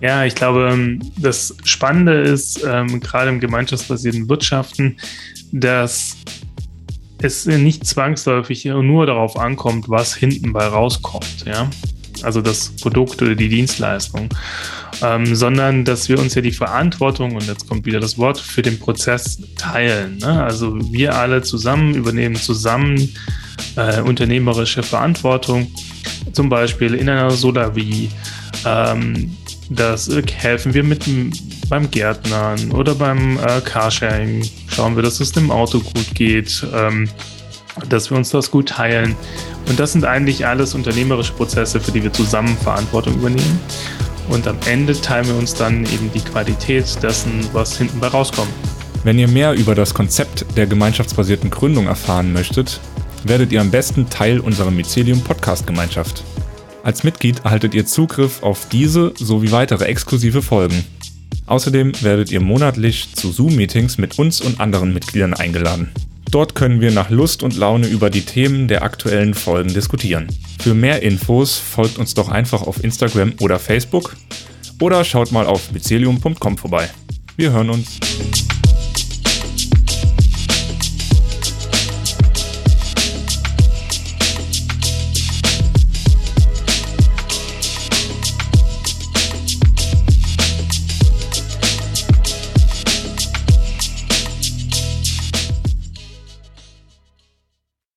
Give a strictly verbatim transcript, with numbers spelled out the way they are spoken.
Ja, ich glaube, das Spannende ist, ähm, gerade im gemeinschaftsbasierten Wirtschaften, dass es nicht zwangsläufig nur darauf ankommt, was hinten bei rauskommt, ja. Also das Produkt oder die Dienstleistung, ähm, sondern dass wir uns ja die Verantwortung, und jetzt kommt wieder das Wort, für den Prozess teilen. Ne? Also wir alle zusammen übernehmen zusammen äh, unternehmerische Verantwortung, zum Beispiel in einer Solarie. Ähm, das äh, helfen wir mit beim Gärtnern oder beim äh, Carsharing. Schauen wir, dass es dem Auto gut geht, ähm, dass wir uns das gut teilen. Und das sind eigentlich alles unternehmerische Prozesse, für die wir zusammen Verantwortung übernehmen. Und am Ende teilen wir uns dann eben die Qualität dessen, was hinten bei rauskommt. Wenn ihr mehr über das Konzept der gemeinschaftsbasierten Gründung erfahren möchtet, werdet ihr am besten Teil unserer Mycelium-Podcast-Gemeinschaft. Als Mitglied erhaltet ihr Zugriff auf diese sowie weitere exklusive Folgen. Außerdem werdet ihr monatlich zu Zoom-Meetings mit uns und anderen Mitgliedern eingeladen. Dort können wir nach Lust und Laune über die Themen der aktuellen Folgen diskutieren. Für mehr Infos folgt uns doch einfach auf Instagram oder Facebook oder schaut mal auf mycelium punkt com vorbei. Wir hören uns.